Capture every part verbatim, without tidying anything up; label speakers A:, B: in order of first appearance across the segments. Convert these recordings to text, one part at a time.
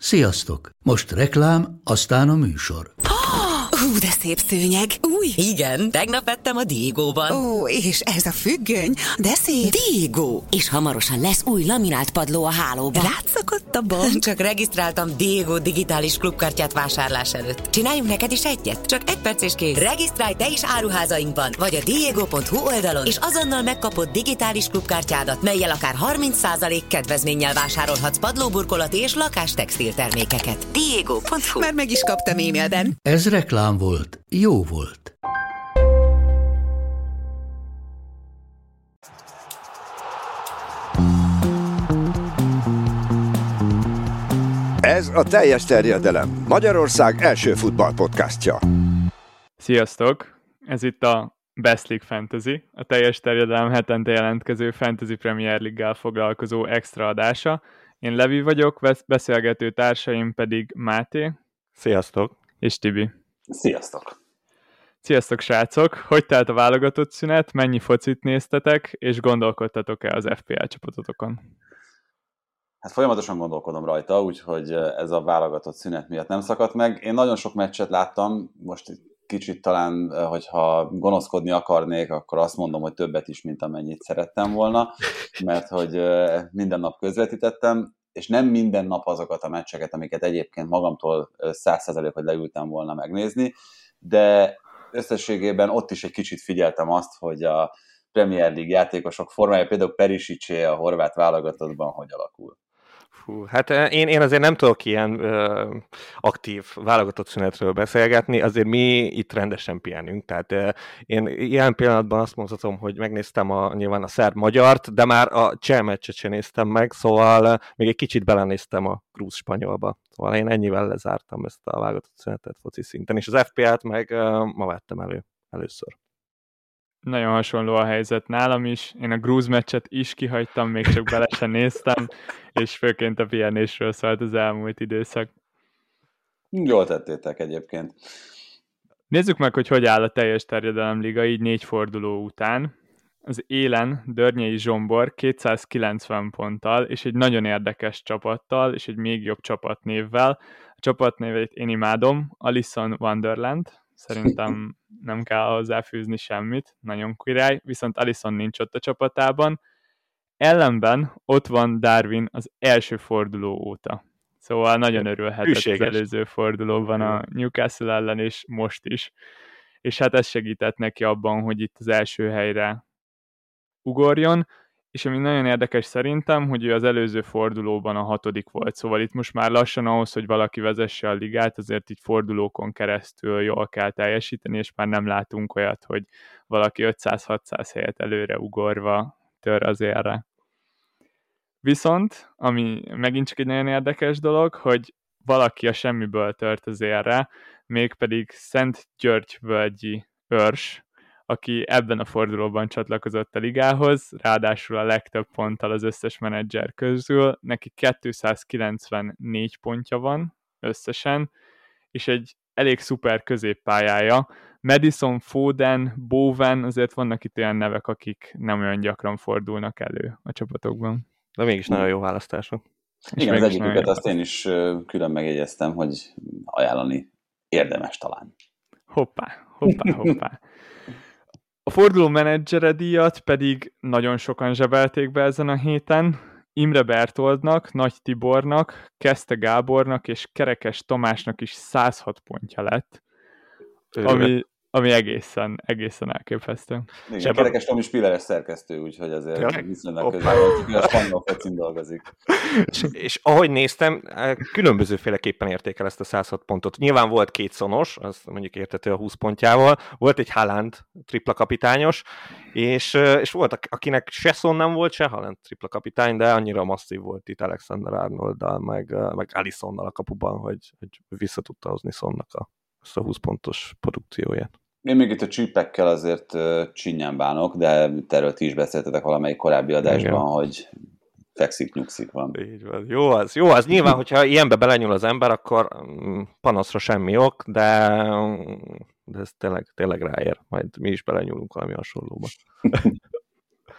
A: Sziasztok! Most reklám, aztán a műsor.
B: Hú, de szép szőnyeg. Új.
C: Igen, tegnap vettem a Diegóban.
B: Ó, és ez a függöny, de szép.
C: Diegó. És hamarosan lesz új laminált padló a hálóban.
B: Rátszakadt a bank.
C: Csak regisztráltam Diegó digitális klubkártyát vásárlás előtt. Csináljunk neked is egyet? Csak egy perc és kész. Regisztrálj te is áruházainkban, vagy a diego pont hu oldalon, és azonnal megkapod digitális klubkártyádat, mellyel akár harminc százalék kedvezménnyel vásárolhatsz padlóburkolati és lakástextil termékeket. diego pont hu.
B: Már meg is kaptam e-mailben.
A: Ez reklám volt. Jó volt.
D: Ez a Teljes terjedelem, Magyarország első futballpodcastja.
E: Sziasztok! Ez itt a Best League Fantasy, a Teljes terjedelem hetente jelentkező Fantasy Premier League-gel foglalkozó extra adása. Én Levi vagyok, beszélgető társaim pedig Máté.
F: Sziasztok!
E: És Tibi.
G: Sziasztok!
E: Sziasztok, srácok! Hogy telt a válogatott szünet, mennyi focit néztetek, és gondolkodtatok-e az ef pé el csapatotokon?
G: Hát folyamatosan gondolkodom rajta, úgyhogy ez a válogatott szünet miatt nem szakadt meg. Én nagyon sok meccset láttam, most kicsit talán, hogyha gonoszkodni akarnék, akkor azt mondom, hogy többet is, mint amennyit szerettem volna, mert hogy minden nap közvetítettem, és nem minden nap azokat a meccseket, amiket egyébként magamtól száz százalék, hogy leültem volna megnézni, de összességében ott is egy kicsit figyeltem azt, hogy a Premier League játékosok formája, például Perisicsé a horvát válogatottban hogy alakul.
F: Fú, hát én, én azért nem tudok ilyen ö, aktív válogatott szünetről beszélgetni, azért mi itt rendesen pihenünk, tehát ö, én ilyen pillanatban azt mondhatom, hogy megnéztem a, nyilván a szerb-magyart, de már a cseh meccset sem néztem meg, szóval ö, még egy kicsit belenéztem a grúz-spanyolba, szóval én ennyivel lezártam ezt a válogatott szünetet foci szinten, és az ef pé el-t meg ö, ma vettem elő először.
E: Nagyon hasonló a helyzet nálam is. Én a grúz meccset is kihagytam, még csak bele sem néztem, és főként a pihenésről szólt az elmúlt időszak.
G: Jól tettétek egyébként.
E: Nézzük meg, hogy hogy áll a teljes terjedelem liga így négy forduló után. Az élen Dörnyei Zsombor kétszázkilencven ponttal, és egy nagyon érdekes csapattal, és egy még jobb csapatnévvel. A csapatnévét én imádom, Alisson Wonderland. Szerintem nem kell hozzáfűzni semmit, nagyon király, viszont Alisson nincs ott a csapatában. Ellenben ott van Darwin az első forduló óta. Szóval nagyon örülhetett
F: Hűséges.
E: Az előző fordulóban a Newcastle ellen, és most is. És hát ez segített neki abban, hogy itt az első helyre ugorjon, és ami nagyon érdekes szerintem, hogy ő az előző fordulóban a hatodik volt, szóval itt most már lassan ahhoz, hogy valaki vezesse a ligát, azért így fordulókon keresztül jól kell teljesíteni, és már nem látunk olyat, hogy valaki ötszáz-hatszáz helyet előre ugorva tör az élre. Viszont, ami megint csak egy nagyon érdekes dolog, hogy valaki a semmiből tört az élre, mégpedig Szent Györgyvölgyi Örs, aki ebben a fordulóban csatlakozott a ligához, ráadásul a legtöbb ponttal az összes menedzser közül, neki kétszázkilencvennégy pontja van összesen, és egy elég szuper középpályája. Madison, Foden, Bowen, azért vannak itt olyan nevek, akik nem olyan gyakran fordulnak elő a csapatokban.
F: De mégis nagyon jó választások.
G: Igen, az egyiküket azt én is külön megjegyeztem, hogy ajánlani érdemes talán.
E: Hoppá, hoppá, hoppá. A forduló menedzsere díjat pedig nagyon sokan zsebelték be ezen a héten. Imre Bertoldnak, Nagy Tibornak, Keszte Gábornak és Kerekes Tamásnak is száz hat pontja lett, ami, ami egészen, egészen elképesztő.
G: Igen, a Kerekes Tomi Spilleres szerkesztő, úgyhogy azért viszonylag közel van, hogy a spanyol focin dolgozik.
F: És, és ahogy néztem, különbözőféleképpen értékel ezt a száz hat pontot. Nyilván volt két szonos, az mondjuk értető a húsz pontjával, volt egy Haaland tripla kapitányos, és, és volt, akinek se Son nem volt, se Haaland tripla kapitány, de annyira masszív volt itt Alexander Arnolddal, meg, meg Alissonnal a kapuban, hogy, hogy vissza tudta hozni Sonnak a, azt a húsz pontos produkcióját.
G: Én még itt a csípekkel azért uh, csinyán bánok, de erről ti is beszéltetek valamelyik korábbi adásban, igen, hogy fekszik-nyugszik van.
F: Így van. Jó az, jó az. Nyilván, hogyha ilyenbe belenyúl az ember, akkor panaszra semmi ok, de, de ez tényleg, tényleg ráér. Majd mi is belenyúlunk valami hasonlóba.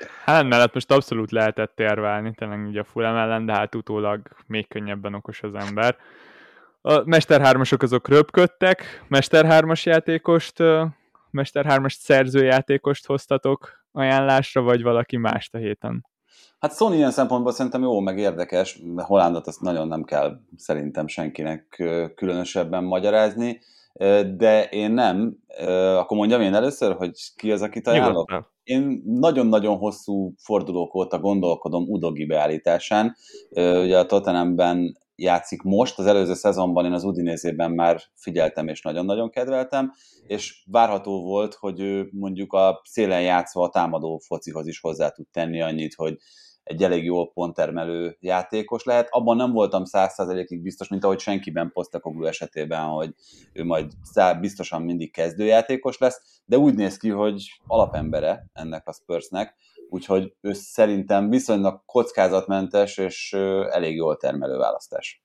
E: Hát mellett most abszolút lehetett érvelni, tényleg ugye a Fulham ellen, de hát utólag még könnyebben okos az ember. A Mester hármasok azok röpködtek, Mester hármas játékost, Mester hármas szerzőjátékost hoztatok ajánlásra, vagy valaki mást a héten?
G: Hát Sony ilyen szempontból szerintem jó, meg érdekes, Hollandot azt nagyon nem kell szerintem senkinek különösebben magyarázni, de én nem. Akkor mondjam én először, hogy ki az, akit ajánlok?
F: Nyugodtan.
G: Én nagyon-nagyon hosszú fordulók óta gondolkodom Udogi beállításán. Ugye a Tottenhamben játszik most, az előző szezonban én az Udinézében már figyeltem és nagyon-nagyon kedveltem, és várható volt, hogy ő mondjuk a szélen játszva a támadó focihoz is hozzá tud tenni annyit, hogy egy elég jól ponttermelő játékos lehet. Abban nem voltam száz százalékig biztos, mint ahogy senkiben Postecoglou esetében, hogy ő majd biztosan mindig kezdőjátékos lesz, de úgy néz ki, hogy alapembere ennek a Spursnek, úgyhogy ő szerintem viszonylag kockázatmentes és elég jól termelő választás.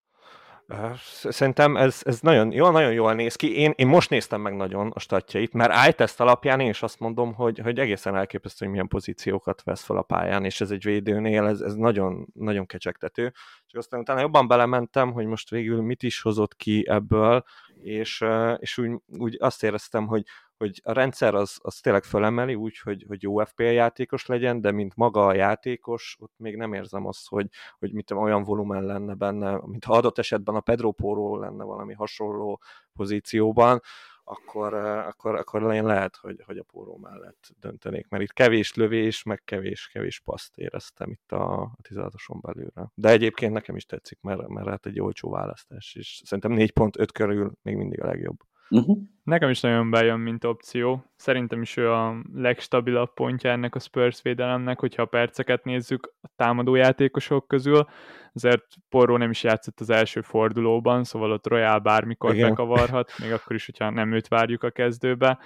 F: Szerintem ez, ez nagyon, jól, nagyon jól néz ki. Én, én most néztem meg nagyon a statjait, mert eye-test alapján én is azt mondom, hogy, hogy egészen elképesztő, hogy milyen pozíciókat vesz fel a pályán, és ez egy védőnél, ez, ez nagyon, nagyon kecsegtető. Csak aztán utána jobban belementem, hogy most végül mit is hozott ki ebből, és, és úgy, úgy azt éreztem, hogy hogy a rendszer az, az tényleg fölemeli úgy, hogy, hogy jó ef pé el játékos legyen, de mint maga a játékos, ott még nem érzem azt, hogy, hogy mit olyan volumen lenne benne, mint ha adott esetben a Pedro Porro lenne valami hasonló pozícióban, akkor, akkor, akkor lehet, hogy, hogy a Porro mellett döntenék, mert itt kevés lövés, meg kevés, kevés paszt éreztem itt a, a tizenhatoson belülre. De egyébként nekem is tetszik, mert, mert hát egy olcsó választás, és szerintem négy pont öt körül még mindig a legjobb.
G: Uh-huh.
E: Nekem is nagyon bejön, mint opció. Szerintem is ő a legstabilabb pontja ennek a Spurs védelemnek, hogyha a perceket nézzük a támadójátékosok közül. Azért Porro nem is játszott az első fordulóban, szóval ott Royal bármikor Igen. bekavarhat, még akkor is, hogyha nem őt várjuk a kezdőbe.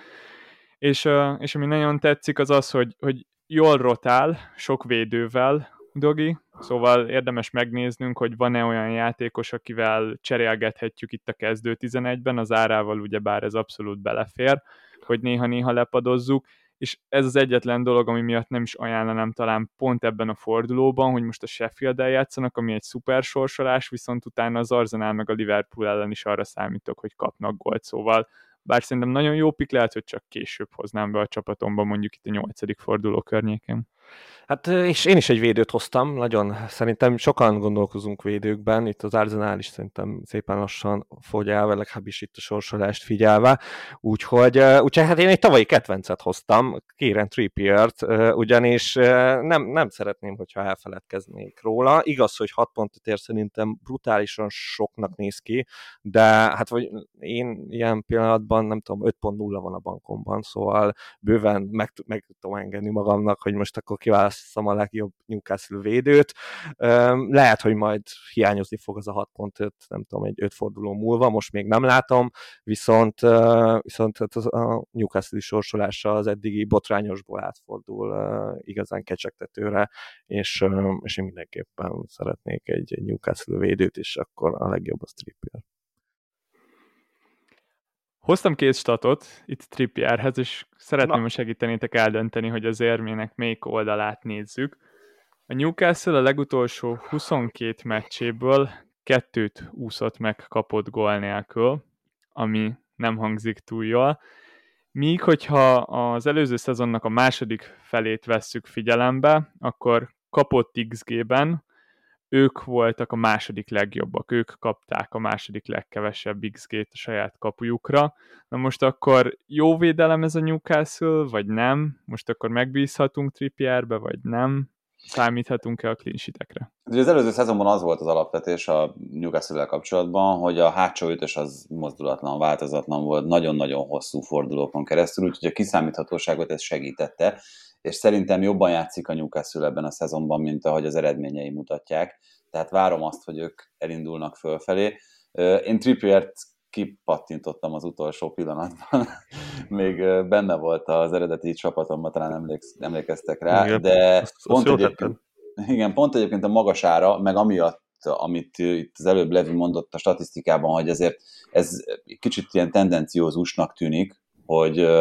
E: És, és ami nagyon tetszik, az az, hogy, hogy jól rotál, sok védővel Udogi, szóval érdemes megnéznünk, hogy van-e olyan játékos, akivel cserélgethetjük itt a kezdő tizenegyben, az árával ugyebár ez abszolút belefér, hogy néha-néha lepadozzuk, és ez az egyetlen dolog, ami miatt nem is ajánlanám talán pont ebben a fordulóban, hogy most a Sheffield-el játszanak, ami egy szuper sorsolás, viszont utána az Arsenal meg a Liverpool ellen is arra számítok, hogy kapnak gólt, szóval bár szerintem nagyon jó pik, lehet, hogy csak később hoznám be a csapatomba, mondjuk itt a nyolcadik forduló környékén.
F: Hát és én is egy védőt hoztam, nagyon szerintem sokan gondolkozunk védőkben, itt az Arsenal is szerintem szépen lassan fogy el, vagy legalábbis itt a sorsolást figyelve, úgyhogy, úgyhogy hát én egy tavalyi kedvencet hoztam, Kieran Trippiert, ugyanis nem, nem szeretném, hogyha elfeledkeznék róla. Igaz, hogy hat pontot ér szerintem brutálisan soknak néz ki, de hát vagy én ilyen pillanatban nem tudom, öt pont nulla van a bankomban, szóval bőven meg, meg tudom engedni magamnak, hogy most akkor kiválasztom a legjobb Newcastle védőt. Lehet, hogy majd hiányozni fog az a hat pont öt, nem tudom, egy öt forduló múlva, most még nem látom, viszont, viszont a Newcastle sorsolása az eddigi botrányosból átfordul igazán kecsegtetőre, és, és én mindenképpen szeretnék egy, egy Newcastle védőt, és akkor a legjobb az Trippier.
E: Hoztam két statot itt Trippierhez, és szeretném, hogy segítenétek eldönteni, hogy az érmének melyik oldalát nézzük. A Newcastle a legutolsó huszonkét meccséből kettőt úszott meg kapott gól nélkül, ami nem hangzik túl jól. Míg, hogyha az előző szezonnak a második felét vesszük figyelembe, akkor kapott iksz gében ők voltak a második legjobbak, ők kapták a második legkevesebb iksz gét a saját kapujukra. Na most akkor jó védelem ez a Newcastle, vagy nem? Most akkor megbízhatunk Trippierbe, vagy nem? Számíthatunk-e a clean sheetekre?
G: Az előző szezonban az volt az alapvetés a Newcastle-vel kapcsolatban, hogy a hátsó ötös az mozdulatlan, változatlan volt nagyon-nagyon hosszú fordulókon keresztül, úgyhogy a kiszámíthatóságot ez segítette, és szerintem jobban játszik a Newcastle ebben a szezonban, mint ahogy az eredményei mutatják. Tehát várom azt, hogy ők elindulnak fölfelé. Én Trippiert kipattintottam az utolsó pillanatban. Még benne volt az eredeti csapatomban, talán emléksz, emlékeztek rá,
F: igen,
G: de
F: azt,
G: pont,
F: azt
G: egyébként, igen, pont egyébként a magasára, meg amiatt, amit itt az előbb Levi mondott a statisztikában, hogy ezért ez kicsit ilyen tendenciózusnak tűnik, hogy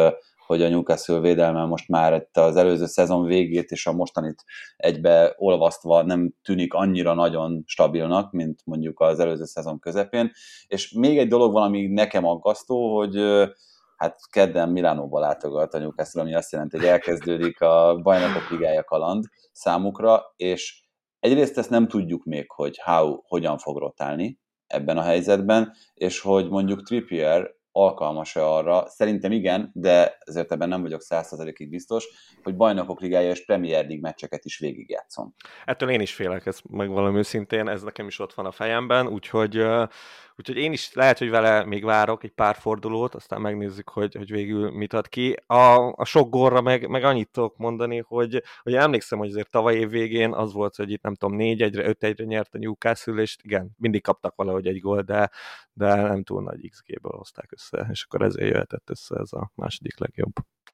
G: hogy a Newcastle védelme most már itt az előző szezon végét és a mostanit egybe olvasztva nem tűnik annyira nagyon stabilnak, mint mondjuk az előző szezon közepén. És még egy dolog van, ami nekem aggasztó, hogy hát kedden Milánóba látogat a Newcastle, ami azt jelenti, hogy elkezdődik a Bajnokok Ligája kaland számukra, és egyrészt ezt nem tudjuk még, hogy how, hogyan fog rotálni ebben a helyzetben, és hogy mondjuk Trippier alkalmas-e arra, szerintem igen, de ezért ebben nem vagyok száz százalékig biztos, hogy Bajnokok Ligája és Premier League meccseket is végigjátszom.
F: Ettől én is félek, ez megvalami őszintén, ez nekem is ott van a fejemben, úgyhogy, uh, úgyhogy én is lehet, hogy vele még várok egy pár fordulót, aztán megnézzük, hogy, hogy végül mit ad ki. A, a sok gólra meg, meg annyit tudok mondani, hogy, hogy emlékszem, hogy azért tavaly év végén az volt, hogy itt nem tudom, négy egyre, öt egyre nyert a Newcastle, és igen, mindig kaptak valahogy egy gólt, de, de nem túl nagy iksz gé-ből hozták össze, és akkor ezért jöhetett össze ez a második legjobb.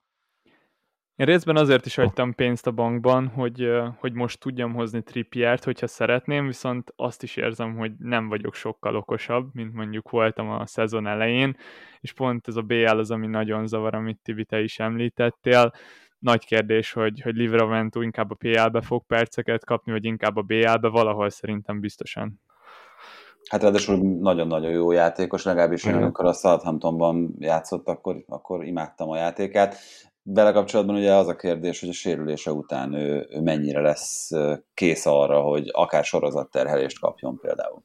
E: Én részben azért is hagytam pénzt a bankban, hogy, hogy most tudjam hozni Trippiert, hogyha szeretném, viszont azt is érzem, hogy nem vagyok sokkal okosabb, mint mondjuk voltam a szezon elején, és pont ez a bé el az, ami nagyon zavar, amit Tibi, te is említettél. Nagy kérdés, hogy, hogy Livramento inkább a pé el-be fog perceket kapni, vagy inkább a bé el-be, valahol szerintem biztosan.
G: Hát ráadásul nagyon-nagyon jó játékos, legalábbis mm. amikor a Southamptonban játszott, akkor, akkor imádtam a játékát. Vele kapcsolatban ugye az a kérdés, hogy a sérülése után ő, ő mennyire lesz kész arra, hogy akár sorozatterhelést kapjon például.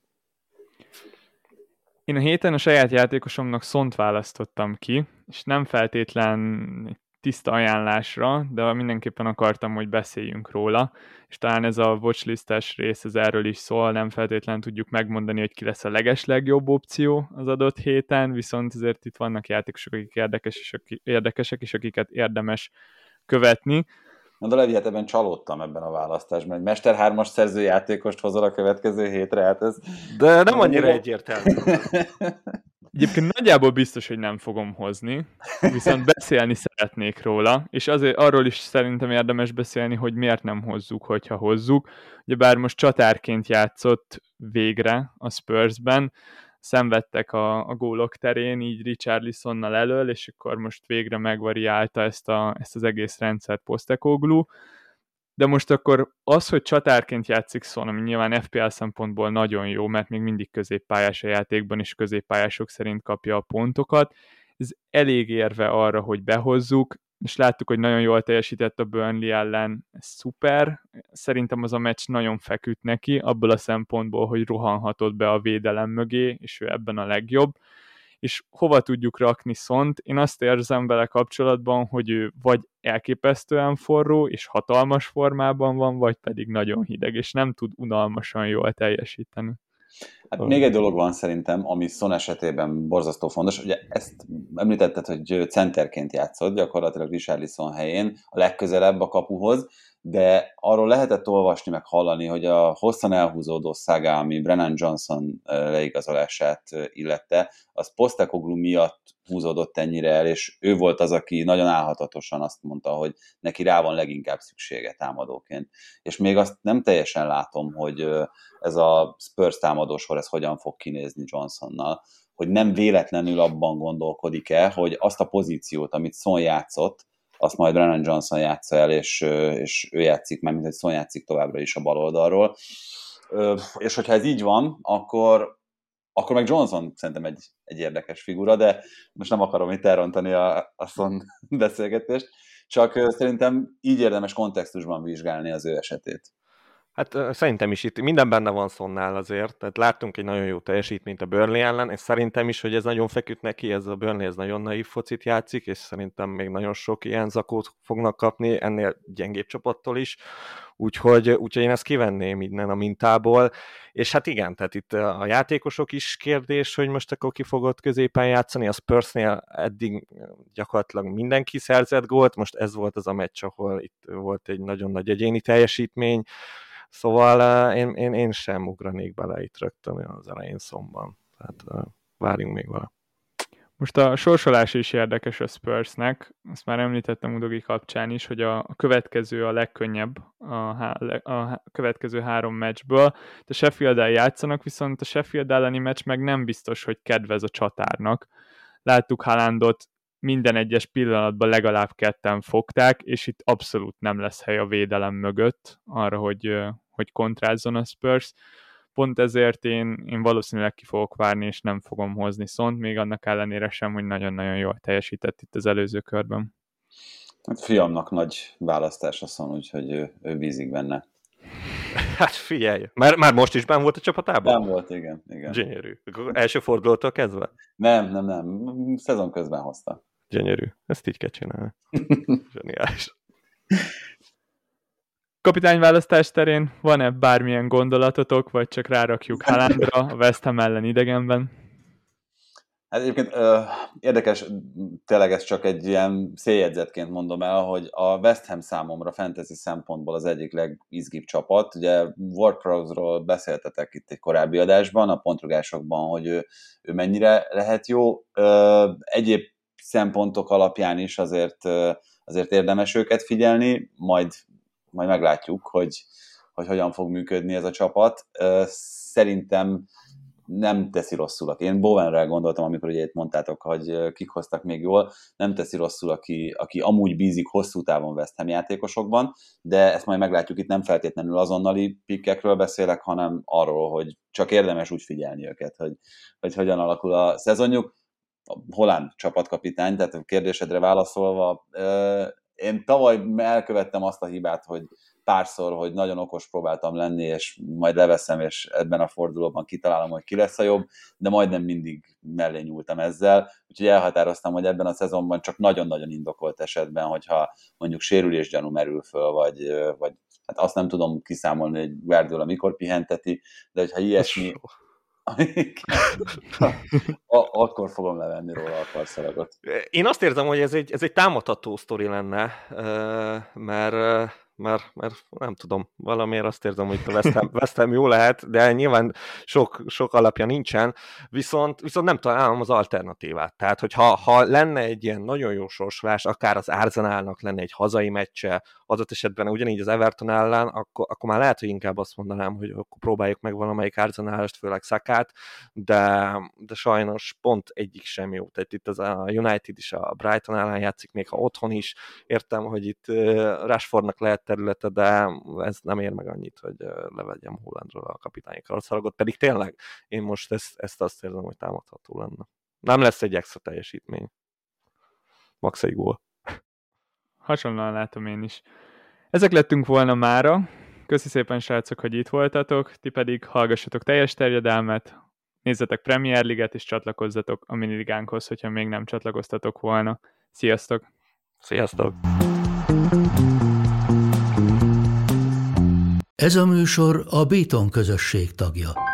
E: Én a héten a saját játékosomnak Sont választottam ki, és nem feltétlen tiszta ajánlásra, de mindenképpen akartam, hogy beszéljünk róla, és talán ez a watchlistes rész, ez erről is szól, nem feltétlen tudjuk megmondani, hogy ki lesz a legeslegjobb opció az adott héten, viszont azért itt vannak játékosok, akik érdekes és akik, érdekesek, és akiket érdemes követni.
G: Na de Levi, hát ebben csalódtam ebben a választásban. Egy Mester hármas szerző játékost hozol a következő hétre, hát ez...
F: De nem annyira egyértelmű.
E: Egyébként nagyjából biztos, hogy nem fogom hozni, viszont beszélni szeretnék róla, és azért arról is szerintem érdemes beszélni, hogy miért nem hozzuk, hogyha hozzuk. Ugyebár most csatárként játszott végre a Spursben, szenvedtek a, a gólok terén, így Richarlisonnal elől, és akkor most végre megvariálta ezt, a, ezt az egész rendszert Postecoglou. De most akkor az, hogy csatárként játszik Son, ami nyilván ef pé el szempontból nagyon jó, mert még mindig középpályás a játékban, és középpályások szerint kapja a pontokat, ez elég érve arra, hogy behozzuk, és láttuk, hogy nagyon jól teljesített a Burnley ellen, ez szuper, szerintem az a meccs nagyon feküdt neki, abból a szempontból, hogy rohanhatott be a védelem mögé, és ő ebben a legjobb, és hova tudjuk rakni Sont? Én azt érzem vele kapcsolatban, hogy ő vagy elképesztően forró, és hatalmas formában van, vagy pedig nagyon hideg, és nem tud unalmasan jól teljesíteni.
G: Hát még egy dolog van szerintem, ami Son esetében borzasztó fontos. Ugye ezt említetted, hogy centerként játszott, gyakorlatilag Richarlison helyén, a legközelebb a kapuhoz, de arról lehetett olvasni, meg hallani, hogy a hosszan elhúzódó szága, ami Brennan Johnson leigazolását illette, az Postecoglou miatt húzódott ennyire el, és ő volt az, aki nagyon álhatatosan azt mondta, hogy neki rá van leginkább szüksége támadóként. És még azt nem teljesen látom, hogy ez a Spurs támadósor, ez hogyan fog kinézni Johnsonnal, hogy nem véletlenül abban gondolkodik-e, hogy azt a pozíciót, amit Son játszott, azt majd Brennan Johnson játsza el, és, és ő játszik, mert mint hogy Son játszik továbbra is a bal oldalról. És hogyha ez így van, akkor, akkor meg Johnson szerintem egy, egy érdekes figura, de most nem akarom itt elrontani a, a Son beszélgetést, csak szerintem így érdemes kontextusban vizsgálni az ő esetét.
F: Hát szerintem is itt minden benne van Sonnál azért, tehát láttunk egy nagyon jó teljesítményt a Burnley ellen, és szerintem is, hogy ez nagyon feküdt neki, ez a Burnley ez nagyon naív focit játszik, és szerintem még nagyon sok ilyen zakót fognak kapni, ennél gyengébb csapattól is, úgyhogy, úgyhogy én ezt kivenném innen a mintából, és hát igen, tehát itt a játékosok is kérdés, hogy most akkor ki fogod középen játszani, a Spursnél eddig gyakorlatilag mindenki szerzett gólt, most ez volt az a meccs, ahol itt volt egy nagyon nagy egyéni teljesítmény, szóval én, én, én sem ugranék bele itt rögtön az elején Sonban. Tehát uh, várjunk még vele.
E: Most a sorsolás is érdekes a Spursnek. Azt már említettem Udogi kapcsán is, hogy a, a következő a legkönnyebb a, há- a következő három meccsből. A Sheffield-el játszanak, viszont a Sheffield elleni meccs meg nem biztos, hogy kedvez a csatárnak. Láttuk Haalandot minden egyes pillanatban legalább ketten fogták, és itt abszolút nem lesz hely a védelem mögött arra, hogy, hogy kontrázzon a Spurs. Pont ezért én, én valószínűleg ki fogok várni, és nem fogom hozni Szont, még annak ellenére sem, hogy nagyon-nagyon jól teljesített itt az előző körben.
G: Hát fiamnak nagy választás a Son, úgyhogy ő, ő bízik benne.
F: Hát figyelj, már, már most is benn volt a csapatában?
G: Nem volt, igen. igen.
F: Gyönyörű. Első fordulótól kezdve?
G: Nem, nem, nem. Szezon közben hozta.
F: Gyönyörű. Ezt így kell csinálni. Zseniális.
E: Kapitányválasztás terén van-e bármilyen gondolatotok, vagy csak rárakjuk Haalandra a West Ham ellen idegenben?
G: Hát egyébként ö, érdekes, tényleg ez csak egy ilyen széljegyzetként mondom el, hogy a West Ham számomra fantasy szempontból az egyik legizgibb csapat. Ugye WordPress-ról beszéltetek itt egy korábbi adásban, a pontrugásokban, hogy ő, ő mennyire lehet jó. Ö, egyéb szempontok alapján is azért, azért érdemes őket figyelni, majd, majd meglátjuk, hogy, hogy hogyan fog működni ez a csapat. Ö, szerintem nem teszi rosszul. Én Bowenre gondoltam, amikor ugye itt mondtátok, hogy kik hoztak még jól, nem teszi rosszul, aki, aki amúgy bízik hosszú távon West Ham játékosokban, de ezt majd meglátjuk, itt nem feltétlenül azonnali pikkekről beszélek, hanem arról, hogy csak érdemes úgy figyelni őket, hogy, hogy hogyan alakul a szezonjuk. A holland csapatkapitány, tehát a kérdésedre válaszolva, én tavaly elkövettem azt a hibát, hogy párszor, hogy nagyon okos próbáltam lenni, és majd leveszem, és ebben a fordulóban kitalálom, hogy ki lesz a jobb, de majdnem mindig mellé nyúltam ezzel, úgyhogy elhatároztam, hogy ebben a szezonban csak nagyon-nagyon indokolt esetben, hogyha mondjuk sérülésgyanú merül föl, vagy, vagy hát azt nem tudom kiszámolni, hogy Guardiola mikor pihenteti, de hogyha ilyesmi, akkor fogom levenni róla a karszalagot.
F: Én azt érzem, hogy ez egy, ez egy támadható sztori lenne, mert Mert, mert nem tudom, valamiért azt érzem, hogy a West Ham, West Ham jó lehet, de nyilván sok, sok alapja nincsen, viszont, viszont nem találom az alternatívát. Tehát, hogyha ha lenne egy ilyen nagyon jó sorsolás, akár az Arsenalnak lenne egy hazai meccse, adott esetben ugyanígy az Everton ellen, akkor, akkor már lehet, hogy inkább azt mondanám, hogy akkor próbáljuk meg valamelyik Arsenalost, főleg Sakát, de, de sajnos pont egyik sem jó. Tehát itt az a United is a Brighton ellen játszik, még ha otthon is. Értem, hogy itt Rashfordnak lehet területe, de ez nem ér meg annyit, hogy levegyem Haalandról a kapitányi karszalagot, pedig tényleg én most ezt, ezt azt érzem, hogy támadható lenne. Nem lesz egy extra teljesítmény. Max egy gól.
E: Hasonlóan látom én is. Ezek lettünk volna mára. Köszi szépen, srácok, hogy itt voltatok, ti pedig hallgassatok teljes terjedelmet, nézzetek Premier League-et és csatlakozzatok a miniligánkhoz, hogyha még nem csatlakoztatok volna. Sziasztok!
F: Sziasztok!
A: Ez a műsor a Béton közösség tagja.